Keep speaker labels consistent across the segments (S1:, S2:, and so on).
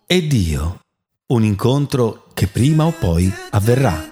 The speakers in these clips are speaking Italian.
S1: e Dio, un incontro che prima o poi avverrà.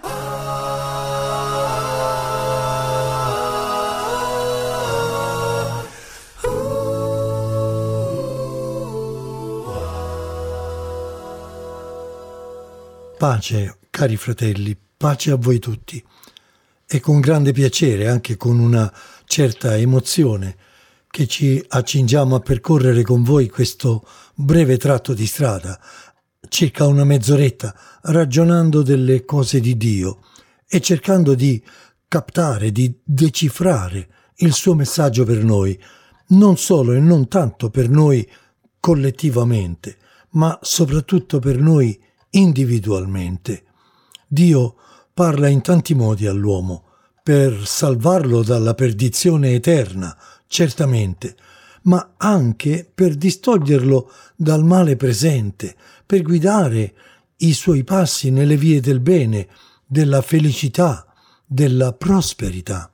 S2: Pace, cari fratelli, pace a voi tutti. È con grande piacere, anche con una certa emozione, che ci accingiamo a percorrere con voi questo breve tratto di strada, circa una mezz'oretta, ragionando delle cose di Dio e cercando di captare, di decifrare il suo messaggio per noi, non solo e non tanto per noi collettivamente, ma soprattutto per noi individualmente. Dio parla in tanti modi all'uomo, per salvarlo dalla perdizione eterna, certamente, ma anche per distoglierlo dal male presente, per guidare i suoi passi nelle vie del bene, della felicità, della prosperità.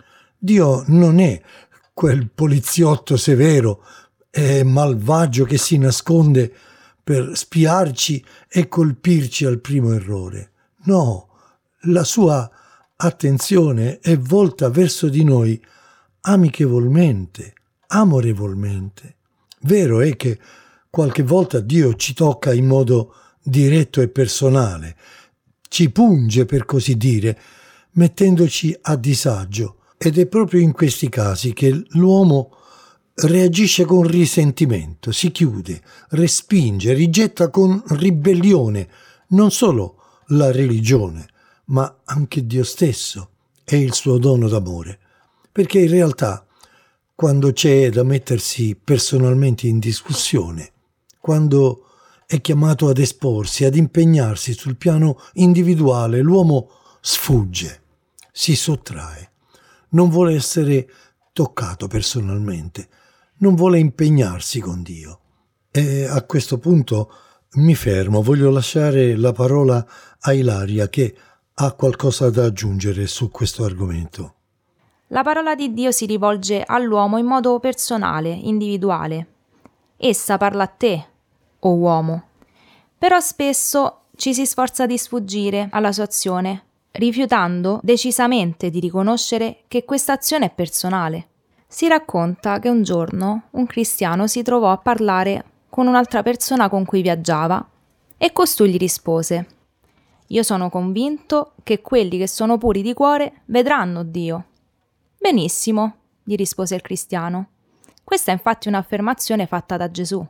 S2: Dio non è quel poliziotto severo e malvagio che si nasconde per spiarci e colpirci al primo errore. No, la sua attenzione è volta verso di noi amichevolmente, amorevolmente. Vero è che qualche volta Dio ci tocca in modo diretto e personale, ci punge per così dire, mettendoci a disagio, ed è proprio in questi casi che l'uomo reagisce con risentimento, si chiude, respinge, rigetta con ribellione non solo la religione, ma anche Dio stesso e il suo dono d'amore. Perché in realtà, quando c'è da mettersi personalmente in discussione, quando è chiamato ad esporsi, ad impegnarsi sul piano individuale, l'uomo sfugge, si sottrae, non vuole essere toccato personalmente, non vuole impegnarsi con Dio. E a questo punto mi fermo, voglio lasciare la parola a Ilaria che ha qualcosa da aggiungere su questo argomento.
S3: La parola di Dio si rivolge all'uomo in modo personale, individuale. Essa parla a te, o uomo. Però spesso ci si sforza di sfuggire alla sua azione, rifiutando decisamente di riconoscere che questa azione è personale. Si racconta che un giorno un cristiano si trovò a parlare con un'altra persona con cui viaggiava e costui gli rispose: «Io sono convinto che quelli che sono puri di cuore vedranno Dio». «Benissimo», gli rispose il cristiano. «Questa è infatti un'affermazione fatta da Gesù.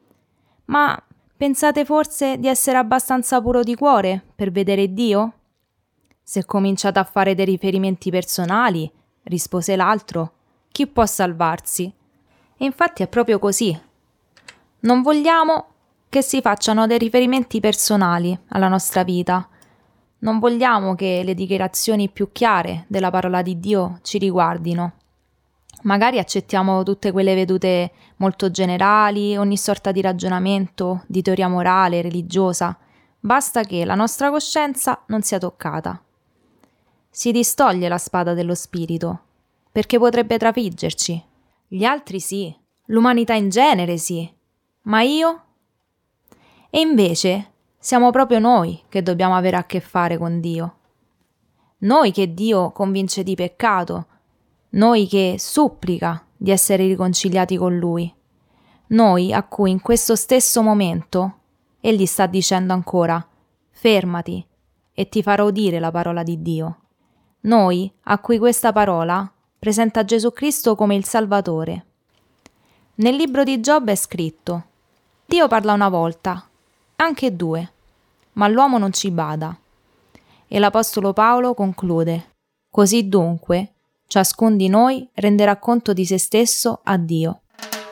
S3: Ma pensate forse di essere abbastanza puro di cuore per vedere Dio?» «Se cominciate a fare dei riferimenti personali», rispose l'altro, «chi può salvarsi?» E infatti è proprio così. Non vogliamo che si facciano dei riferimenti personali alla nostra vita. Non vogliamo che le dichiarazioni più chiare della parola di Dio ci riguardino. Magari accettiamo tutte quelle vedute molto generali, ogni sorta di ragionamento, di teoria morale, religiosa. Basta che la nostra coscienza non sia toccata. Si distoglie la spada dello spirito, perché potrebbe trafiggerci. Gli altri sì, l'umanità in genere sì, ma io? E invece siamo proprio noi che dobbiamo avere a che fare con Dio. Noi che Dio convince di peccato, noi che supplica di essere riconciliati con Lui, noi a cui in questo stesso momento Egli sta dicendo ancora: fermati e ti farò udire la parola di Dio. Noi a cui questa parola presenta Gesù Cristo come il Salvatore. Nel libro di Giobbe è scritto: Dio parla una volta, anche due, ma l'uomo non ci bada. E l'Apostolo Paolo conclude: così dunque, ciascun di noi renderà conto di se stesso a Dio.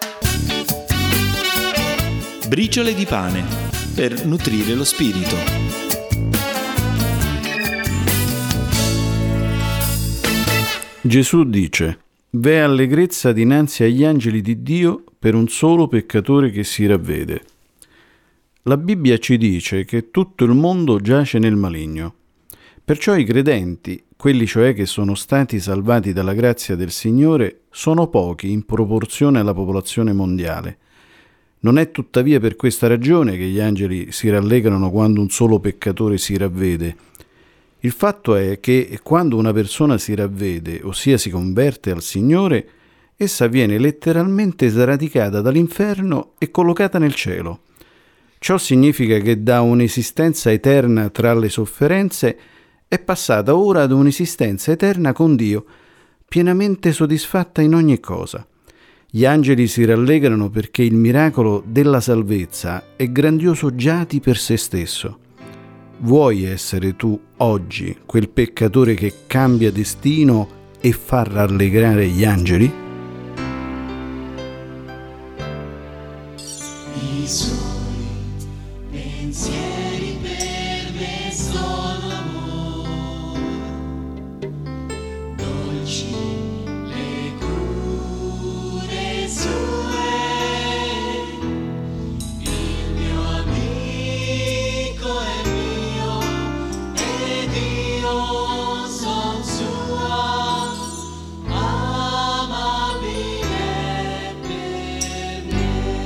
S1: Briciole di pane per nutrire lo spirito.
S4: Gesù dice: «V'è allegrezza dinanzi agli angeli di Dio per un solo peccatore che si ravvede». La Bibbia ci dice che tutto il mondo giace nel maligno. Perciò i credenti, quelli cioè che sono stati salvati dalla grazia del Signore, sono pochi in proporzione alla popolazione mondiale. Non è tuttavia per questa ragione che gli angeli si rallegrano quando un solo peccatore si ravvede. Il fatto è che quando una persona si ravvede, ossia si converte al Signore, essa viene letteralmente sradicata dall'inferno e collocata nel cielo. Ciò significa che da un'esistenza eterna tra le sofferenze è passata ora ad un'esistenza eterna con Dio, pienamente soddisfatta in ogni cosa. Gli angeli si rallegrano perché il miracolo della salvezza è grandioso già di per sé stesso. Vuoi essere tu oggi quel peccatore che cambia destino e fa rallegrare gli angeli?
S5: I suoi pensieri per me sono amore, dolci le cure sue, il mio amico è mio ed io son sua, amabile per me.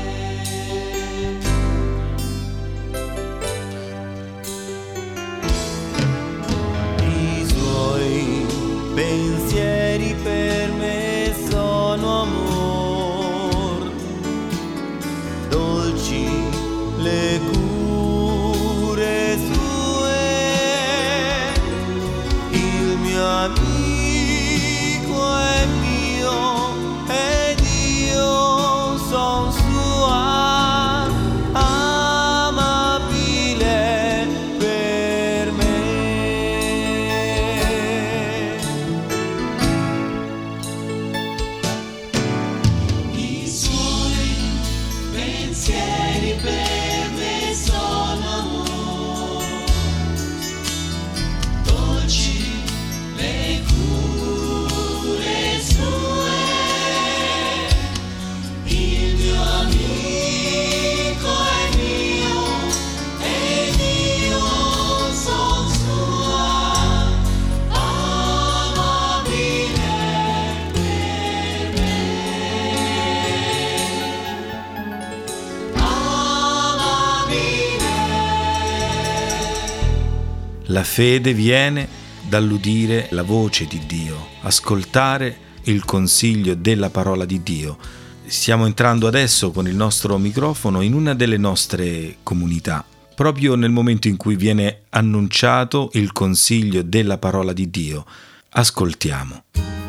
S6: I suoi pensieri per me sono amor, dolci le cure sue, il mio amico è mio ed io son sua, amabile per me.
S5: I suoi pensieri per me sono amore, dolci le cure sue, il mio amico è mio ed io son sua, amabile per me, amabile.
S1: La fede viene dall'udire la voce di Dio, ascoltare il consiglio della parola di Dio. Stiamo entrando adesso con il nostro microfono in una delle nostre comunità, proprio nel momento in cui viene annunciato il consiglio della parola di Dio. Ascoltiamo.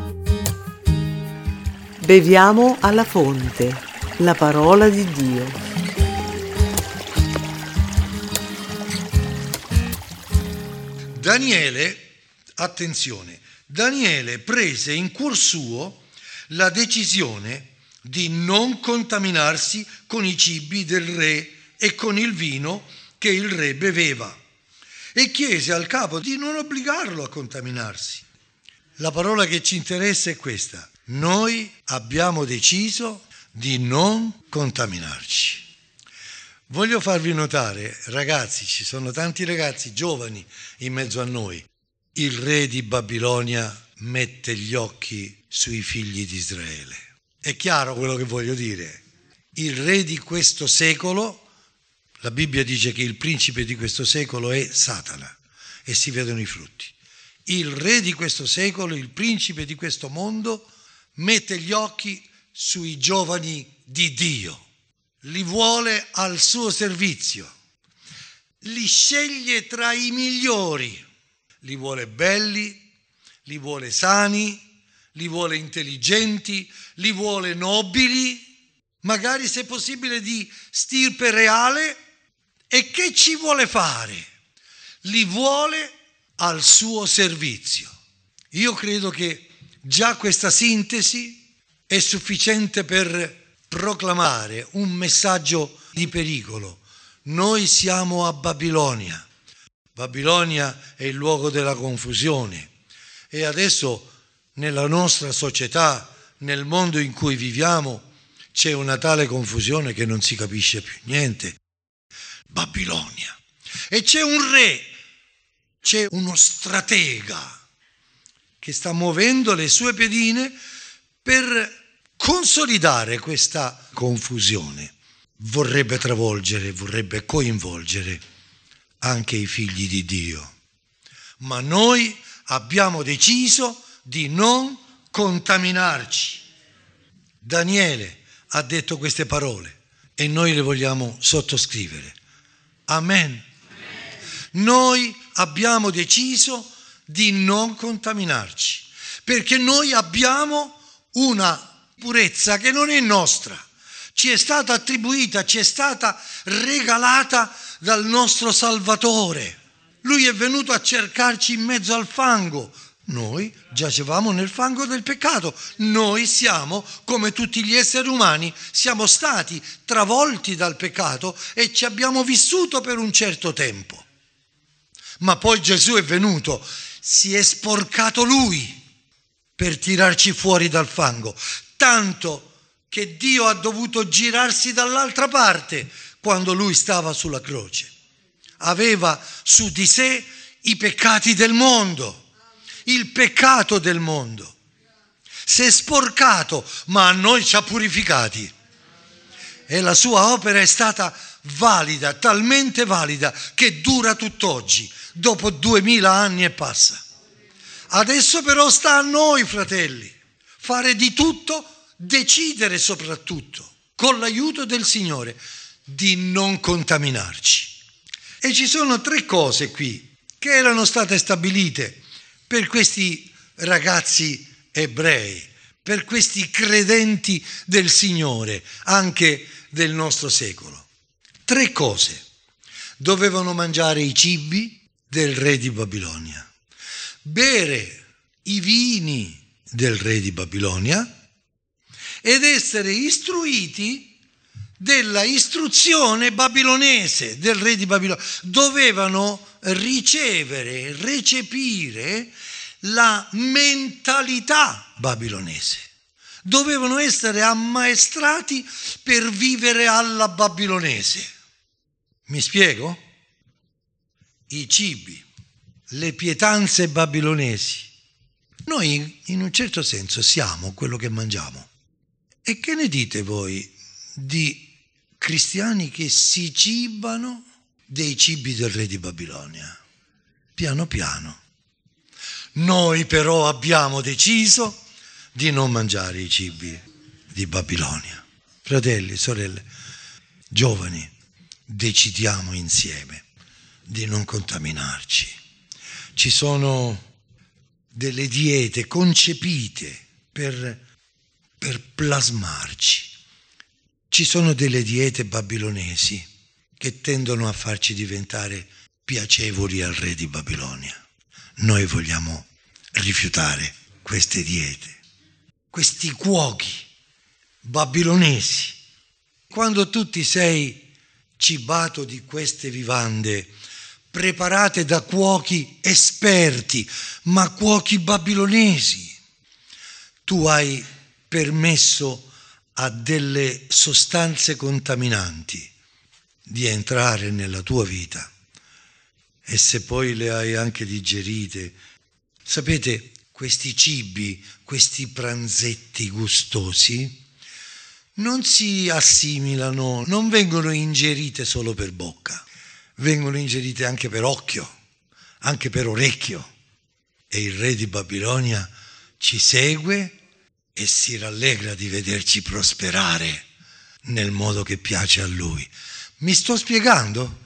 S7: Beviamo alla fonte, la parola di Dio.
S2: Daniele, attenzione, Daniele prese in cuor suo la decisione di non contaminarsi con i cibi del re e con il vino che il re beveva e chiese al capo di non obbligarlo a contaminarsi. La parola che ci interessa è questa: noi abbiamo deciso di non contaminarci. Voglio farvi notare, ragazzi, ci sono tanti ragazzi giovani in mezzo a noi. Il re di Babilonia mette gli occhi sui figli di Israele. È chiaro quello che voglio dire? Il re di questo secolo, la Bibbia dice che il principe di questo secolo è Satana e si vedono i frutti. Il re di questo secolo, il principe di questo mondo, mette gli occhi sui giovani di Dio. Li vuole al suo servizio, li sceglie tra i migliori, li vuole belli, li vuole sani, li vuole intelligenti, li vuole nobili, magari se possibile di stirpe reale. E che ci vuole fare? Li vuole al suo servizio. Io credo che già questa sintesi è sufficiente per proclamare un messaggio di pericolo. Noi siamo a Babilonia. Babilonia è il luogo della confusione e adesso nella nostra società, nel mondo in cui viviamo, c'è una tale confusione che non si capisce più niente. Babilonia. E c'è un re, c'è uno stratega che sta muovendo le sue pedine per consolidare questa confusione. vorrebbe travolgere, vorrebbe coinvolgere anche i figli di Dio. Ma noi abbiamo deciso di non contaminarci. Daniele ha detto queste parole e noi le vogliamo sottoscrivere. Amen. Noi abbiamo deciso di non contaminarci, perché noi abbiamo una purezza che non è nostra, ci è stata attribuita, ci è stata regalata dal nostro Salvatore. Lui è venuto a cercarci in mezzo al fango. Noi giacevamo nel fango del peccato. Noi siamo, come tutti gli esseri umani, siamo stati travolti dal peccato e ci abbiamo vissuto per un certo tempo. Ma poi Gesù è venuto, si è sporcato Lui per tirarci fuori dal fango, tanto che Dio ha dovuto girarsi dall'altra parte quando Lui stava sulla croce. Aveva su di sé i peccati del mondo, il peccato del mondo. Si è sporcato, ma a noi ci ha purificati. E la sua opera è stata valida, talmente valida, che dura tutt'oggi, dopo 2000 anni e passa. Adesso però sta a noi, fratelli, fare di tutto, decidere soprattutto, con l'aiuto del Signore, di non contaminarci. E ci sono 3 cose qui che erano state stabilite per questi ragazzi ebrei, per questi credenti del Signore, anche del nostro secolo. 3 cose. Dovevano mangiare i cibi del re di Babilonia, bere i vini del re di Babilonia ed essere istruiti della istruzione babilonese del re di Babilonia. Dovevano ricevere, recepire la mentalità babilonese. Dovevano essere ammaestrati per vivere alla babilonese. Mi spiego? I cibi, le pietanze babilonesi. Noi in un certo senso siamo quello che mangiamo. E che ne dite voi di cristiani che si cibano dei cibi del re di Babilonia? Piano piano. Noi però abbiamo deciso di non mangiare i cibi di Babilonia. Fratelli, sorelle, giovani, decidiamo insieme di non contaminarci. Ci sono delle diete concepite per plasmarci. Ci sono delle diete babilonesi che tendono a farci diventare piacevoli al re di Babilonia. Noi vogliamo rifiutare queste diete, questi cuochi babilonesi. Quando tu ti sei cibato di queste vivande preparate da cuochi esperti, ma cuochi babilonesi, tu hai permesso a delle sostanze contaminanti di entrare nella tua vita. E se poi le hai anche digerite, sapete, questi cibi, questi pranzetti gustosi, non si assimilano, non vengono ingerite solo per bocca, vengono ingerite anche per occhio, anche per orecchio. E il re di Babilonia ci segue e si rallegra di vederci prosperare nel modo che piace a lui. Mi sto spiegando?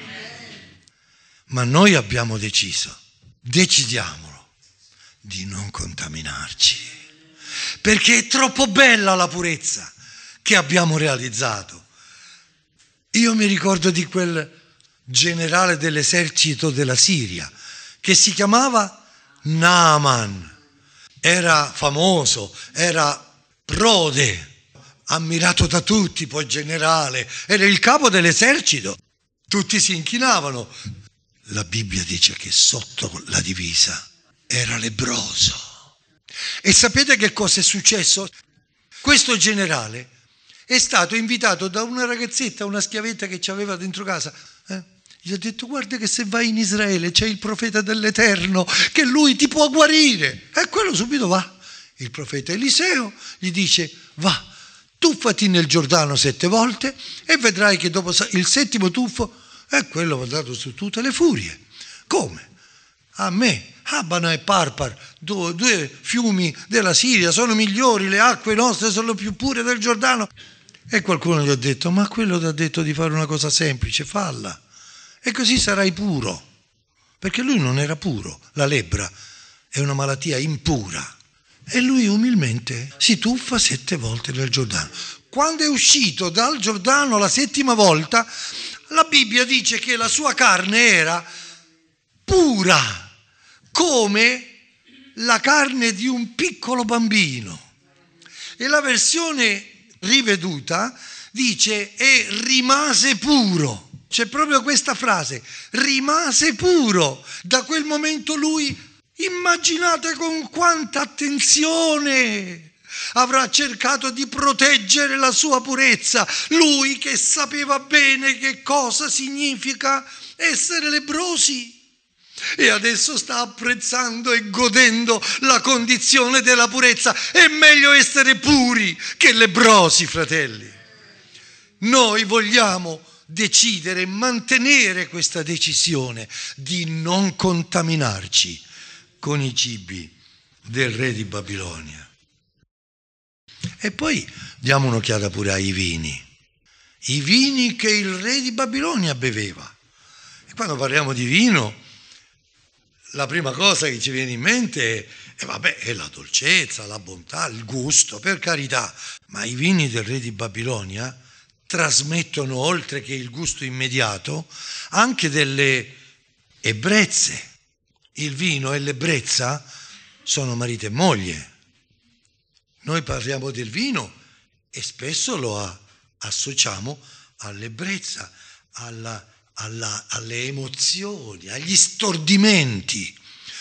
S2: Ma noi abbiamo decidiamolo, di non contaminarci, perché è troppo bella la purezza che abbiamo realizzato. Io mi ricordo di quel generale dell'esercito della Siria che si chiamava Naaman. Era famoso, era prode, ammirato da tutti, poi generale, era il capo dell'esercito. Tutti si inchinavano. La Bibbia dice che sotto la divisa era lebbroso. E sapete che cosa è successo? Questo generale è stato invitato da una ragazzetta, una schiavetta che ci aveva dentro casa. Gli ha detto: guarda che se vai in Israele c'è il profeta dell'Eterno, che lui ti può guarire. E quello subito va. Il profeta Eliseo gli dice: va, tuffati nel Giordano 7 volte e vedrai che dopo il 7° tuffo quello va dato su tutte le furie. Come? A me, Abana e Parpar, due fiumi della Siria, sono migliori, le acque nostre sono più pure del Giordano. E qualcuno gli ha detto, ma quello ti ha detto di fare una cosa semplice, falla. E così sarai puro. Perché lui non era puro, la lebbra è una malattia impura. E lui umilmente si tuffa 7 volte nel Giordano. Quando è uscito dal Giordano la 7ª volta, la Bibbia dice che la sua carne era pura, come la carne di un piccolo bambino. E la versione riveduta dice e rimase puro. C'è proprio questa frase, rimase puro. Da quel momento lui, immaginate con quanta attenzione avrà cercato di proteggere la sua purezza. Lui che sapeva bene che cosa significa essere lebbrosi. E adesso sta apprezzando e godendo la condizione della purezza. È meglio essere puri che lebbrosi, fratelli. Noi vogliamo decidere e mantenere questa decisione di non contaminarci con i cibi del re di Babilonia. E poi diamo un'occhiata pure ai vini. I vini che il re di Babilonia beveva. E quando parliamo di vino, la prima cosa che ci viene in mente è la dolcezza, la bontà, il gusto, per carità. Ma i vini del re di Babilonia trasmettono, oltre che il gusto immediato, anche delle ebbrezze. Il vino e l'ebbrezza sono marito e moglie. Noi parliamo del vino e spesso lo associamo all'ebbrezza, alle emozioni, agli stordimenti.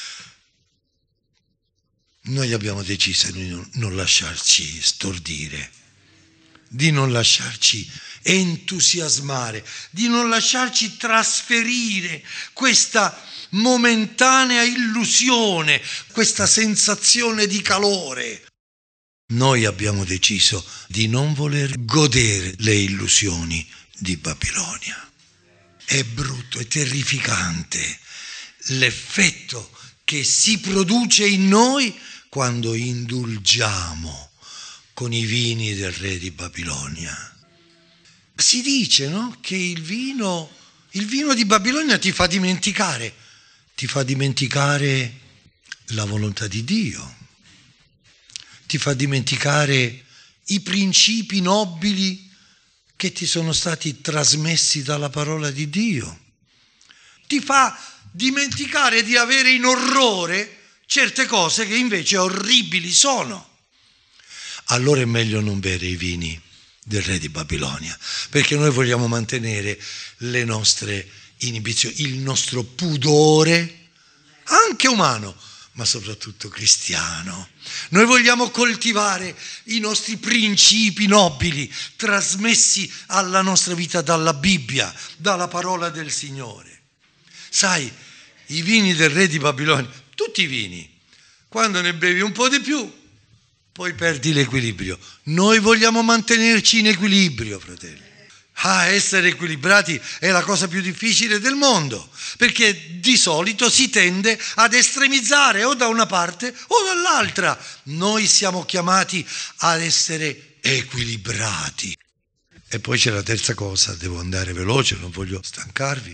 S2: Noi abbiamo deciso di non lasciarci stordire, di non lasciarci entusiasmare, di non lasciarci trasferire questa momentanea illusione, questa sensazione di calore. Noi abbiamo deciso di non voler godere le illusioni di Babilonia. È brutto, è terrificante l'effetto che si produce in noi quando indulgiamo con i vini del re di Babilonia. Si dice, no, che il vino di Babilonia ti fa dimenticare la volontà di Dio, ti fa dimenticare i principi nobili che ti sono stati trasmessi dalla parola di Dio, ti fa dimenticare di avere in orrore certe cose che invece orribili sono. Allora è meglio non bere i vini del re di Babilonia, perché noi vogliamo mantenere le nostre inibizioni, il nostro pudore, anche umano, ma soprattutto cristiano. Noi vogliamo coltivare i nostri principi nobili, trasmessi alla nostra vita dalla Bibbia, dalla parola del Signore. Sai, i vini del re di Babilonia, tutti i vini, quando ne bevi un po' di più, poi perdi l'equilibrio. Noi vogliamo mantenerci in equilibrio, fratelli. Essere equilibrati è la cosa più difficile del mondo, perché di solito si tende ad estremizzare o da una parte o dall'altra. Noi siamo chiamati ad essere equilibrati. E poi c'è la terza cosa, devo andare veloce, non voglio stancarvi.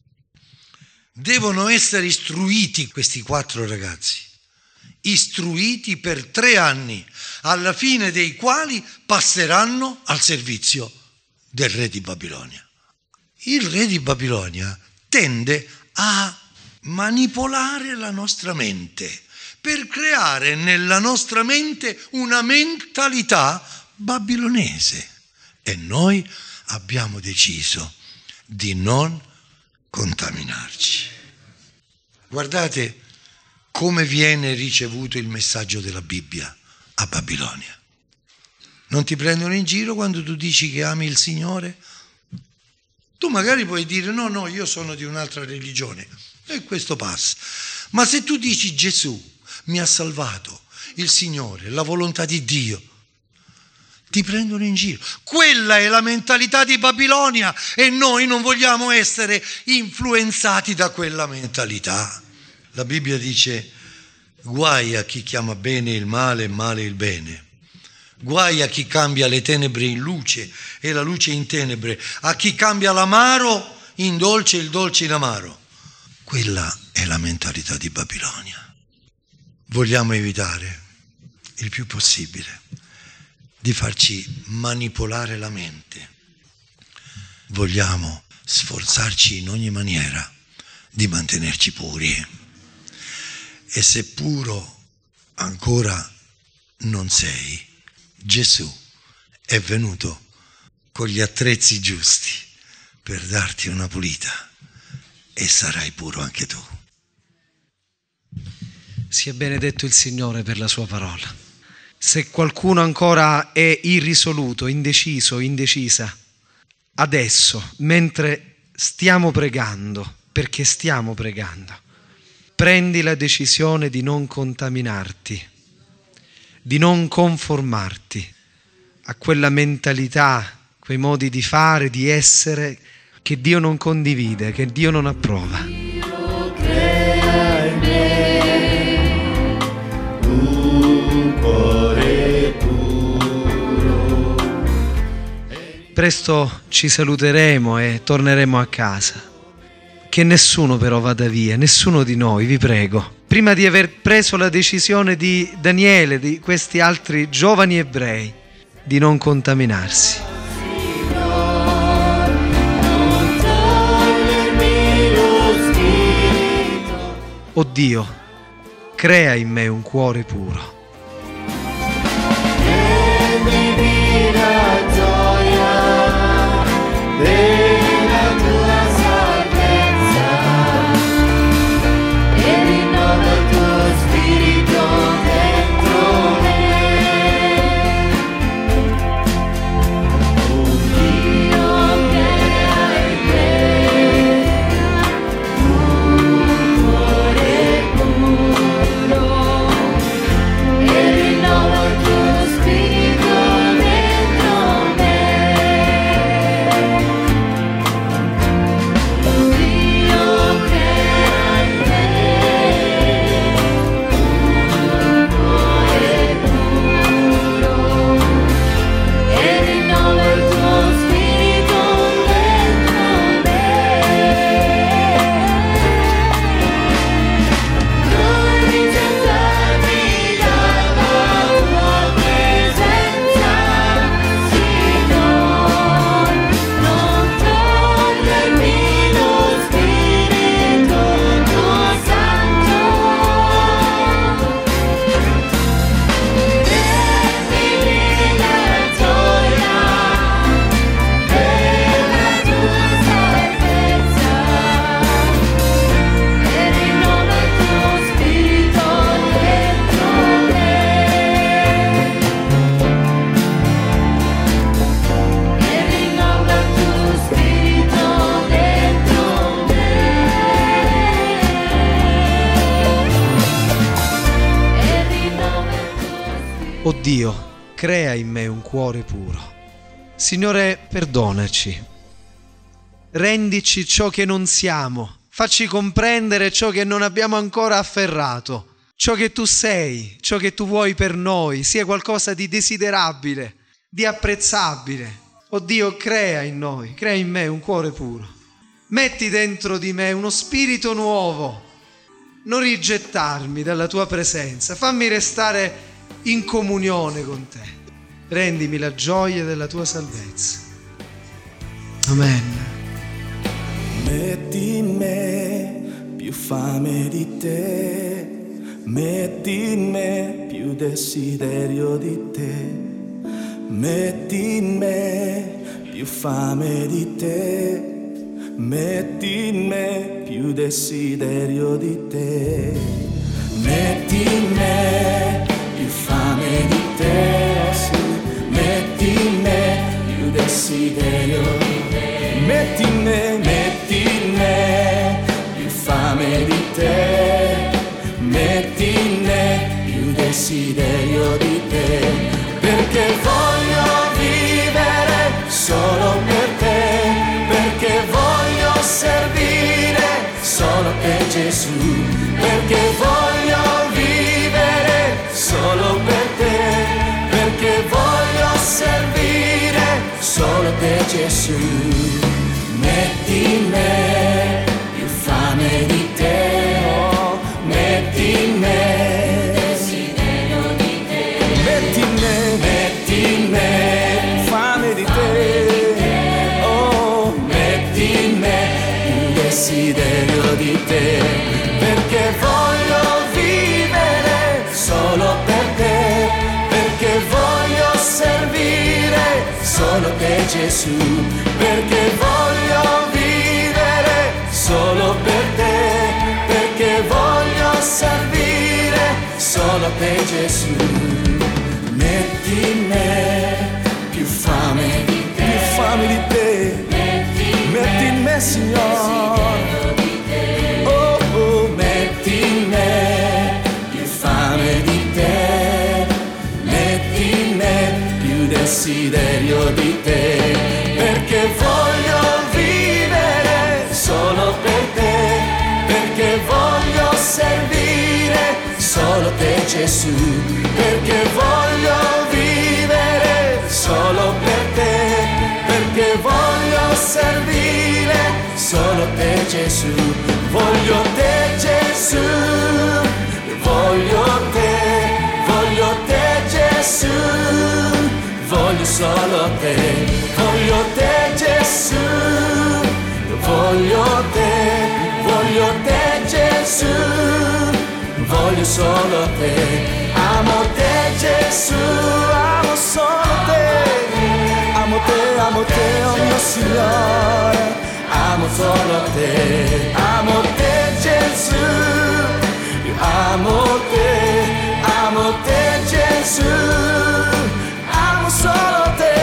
S2: Devono essere istruiti questi 4 ragazzi, istruiti per 3 anni, alla fine dei quali passeranno al servizio del re di Babilonia. Il re di Babilonia tende a manipolare la nostra mente per creare nella nostra mente una mentalità babilonese, e noi abbiamo deciso di non contaminarci. Guardate come viene ricevuto il messaggio della Bibbia a Babilonia. Non ti prendono in giro quando tu dici che ami il Signore? Tu magari puoi dire no, io sono di un'altra religione, e questo passa. Ma se tu dici Gesù mi ha salvato, il Signore, la volontà di Dio, ti prendono in giro. Quella è la mentalità di Babilonia e noi non vogliamo essere influenzati da quella mentalità. La Bibbia dice: guai a chi chiama bene il male e male il bene. Guai a chi cambia le tenebre in luce e la luce in tenebre, a chi cambia l'amaro in dolce e il dolce in amaro. Quella è la mentalità di Babilonia. Vogliamo evitare il più possibile di farci manipolare la mente. Vogliamo sforzarci in ogni maniera di mantenerci puri. E se puro ancora non sei, Gesù è venuto con gli attrezzi giusti per darti una pulita e sarai puro anche tu.
S8: Sia benedetto il Signore per la sua parola. Se qualcuno ancora è irrisoluto, indeciso, indecisa, adesso, mentre stiamo pregando, perché stiamo pregando, prendi la decisione di non contaminarti, di non conformarti a quella mentalità, quei modi di fare, di essere che Dio non condivide, che Dio non approva. Presto ci saluteremo e torneremo a casa. Che nessuno però vada via, nessuno di noi, vi prego. Prima di aver preso la decisione di Daniele, di questi altri giovani ebrei, di non contaminarsi. O Dio, crea in me un cuore puro.
S5: Della tua salvezza e rinnova il tuo spirito dentro me. Oh Dio, crea in me un cuore puro e rinnova il tuo spirito dentro me.
S8: O Dio, crea in me un cuore puro. Signore, perdonaci. Rendici ciò che non siamo. Facci comprendere ciò che non abbiamo ancora afferrato. Ciò che tu sei, ciò che tu vuoi per noi, sia qualcosa di desiderabile, di apprezzabile. O Dio, crea in noi, crea in me un cuore puro. Metti dentro di me uno spirito nuovo. Non rigettarmi dalla tua presenza. Fammi restare in comunione con te. Rendimi la gioia della tua salvezza. Amen.
S6: Metti in me più fame di te, metti in me più desiderio di te, metti in me più fame di te, metti in me più desiderio di te, metti in me più fame di te, sì. Metti in me più desiderio di te, metti in me più fame di te, metti in me più desiderio di te, perché voglio in me più fame di te, oh, metti in me desiderio di te, metti in me fame di te, oh, metti in me il desiderio di te, perché voglio vivere solo per te, perché voglio servire solo te Gesù, perché voglio vivere solo per te, perché voglio servire solo te Gesù. Metti in me più fame di te, metti in me Signore, oh, oh, metti in me più fame di te, metti in me più desiderio di te, perché voglio vivere solo per te, perché voglio servire solo te Gesù, perché voglio vivere solo per te, perché voglio servire solo te Gesù, voglio te Gesù, voglio te Gesù, voglio solo te Gesù, voglio te Gesù, voglio solo te, amo te Gesù, amo solo te, amo te, oh mio Signore, amo solo te Gesù, amo te Gesù, amo solo te,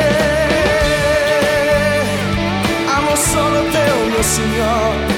S6: oh mio Signore.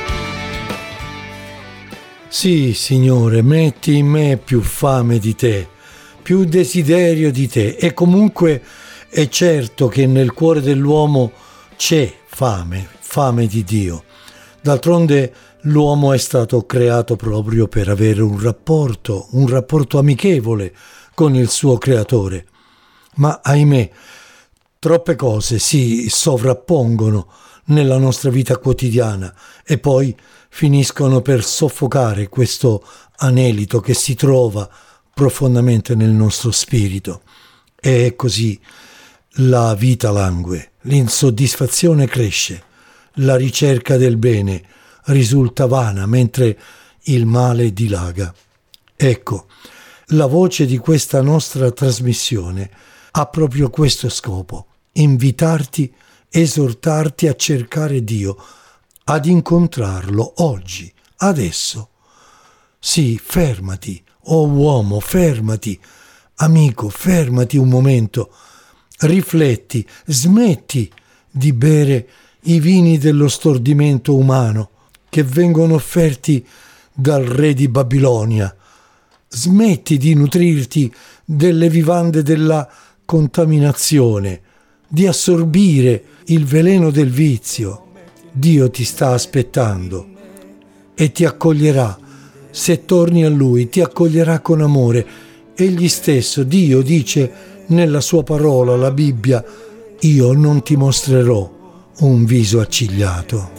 S2: Sì, Signore, metti in me più fame di te, più desiderio di te. E comunque è certo che nel cuore dell'uomo c'è fame di Dio. D'altronde l'uomo è stato creato proprio per avere un rapporto amichevole con il suo creatore. Ma ahimè, troppe cose si sovrappongono nella nostra vita quotidiana e poi finiscono per soffocare questo anelito che si trova profondamente nel nostro spirito. E così la vita langue, l'insoddisfazione cresce, la ricerca del bene risulta vana mentre il male dilaga. Ecco, la voce di questa nostra trasmissione ha proprio questo scopo: invitarti, esortarti a cercare Dio, ad incontrarlo oggi, adesso. Sì, fermati, oh uomo, fermati, amico, fermati un momento, rifletti, smetti di bere i vini dello stordimento umano che vengono offerti dal re di Babilonia. Smetti di nutrirti delle vivande della contaminazione, di assorbire il veleno del vizio. Dio ti sta aspettando e ti accoglierà. Se torni a Lui, ti accoglierà con amore. Egli stesso, Dio, dice nella sua parola, la Bibbia: io non ti mostrerò un viso accigliato.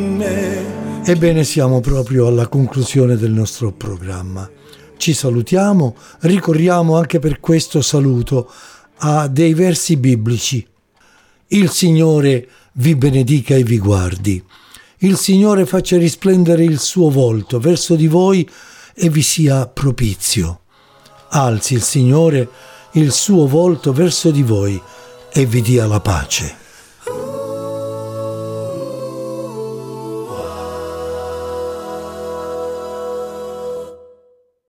S2: Ebbene, siamo proprio alla conclusione del nostro programma. Ci salutiamo, ricorriamo anche per questo saluto a dei versi biblici. Il Signore vi benedica e vi guardi. Il Signore faccia risplendere il suo volto verso di voi e vi sia propizio. Alzi il Signore il suo volto verso di voi e vi dia la pace.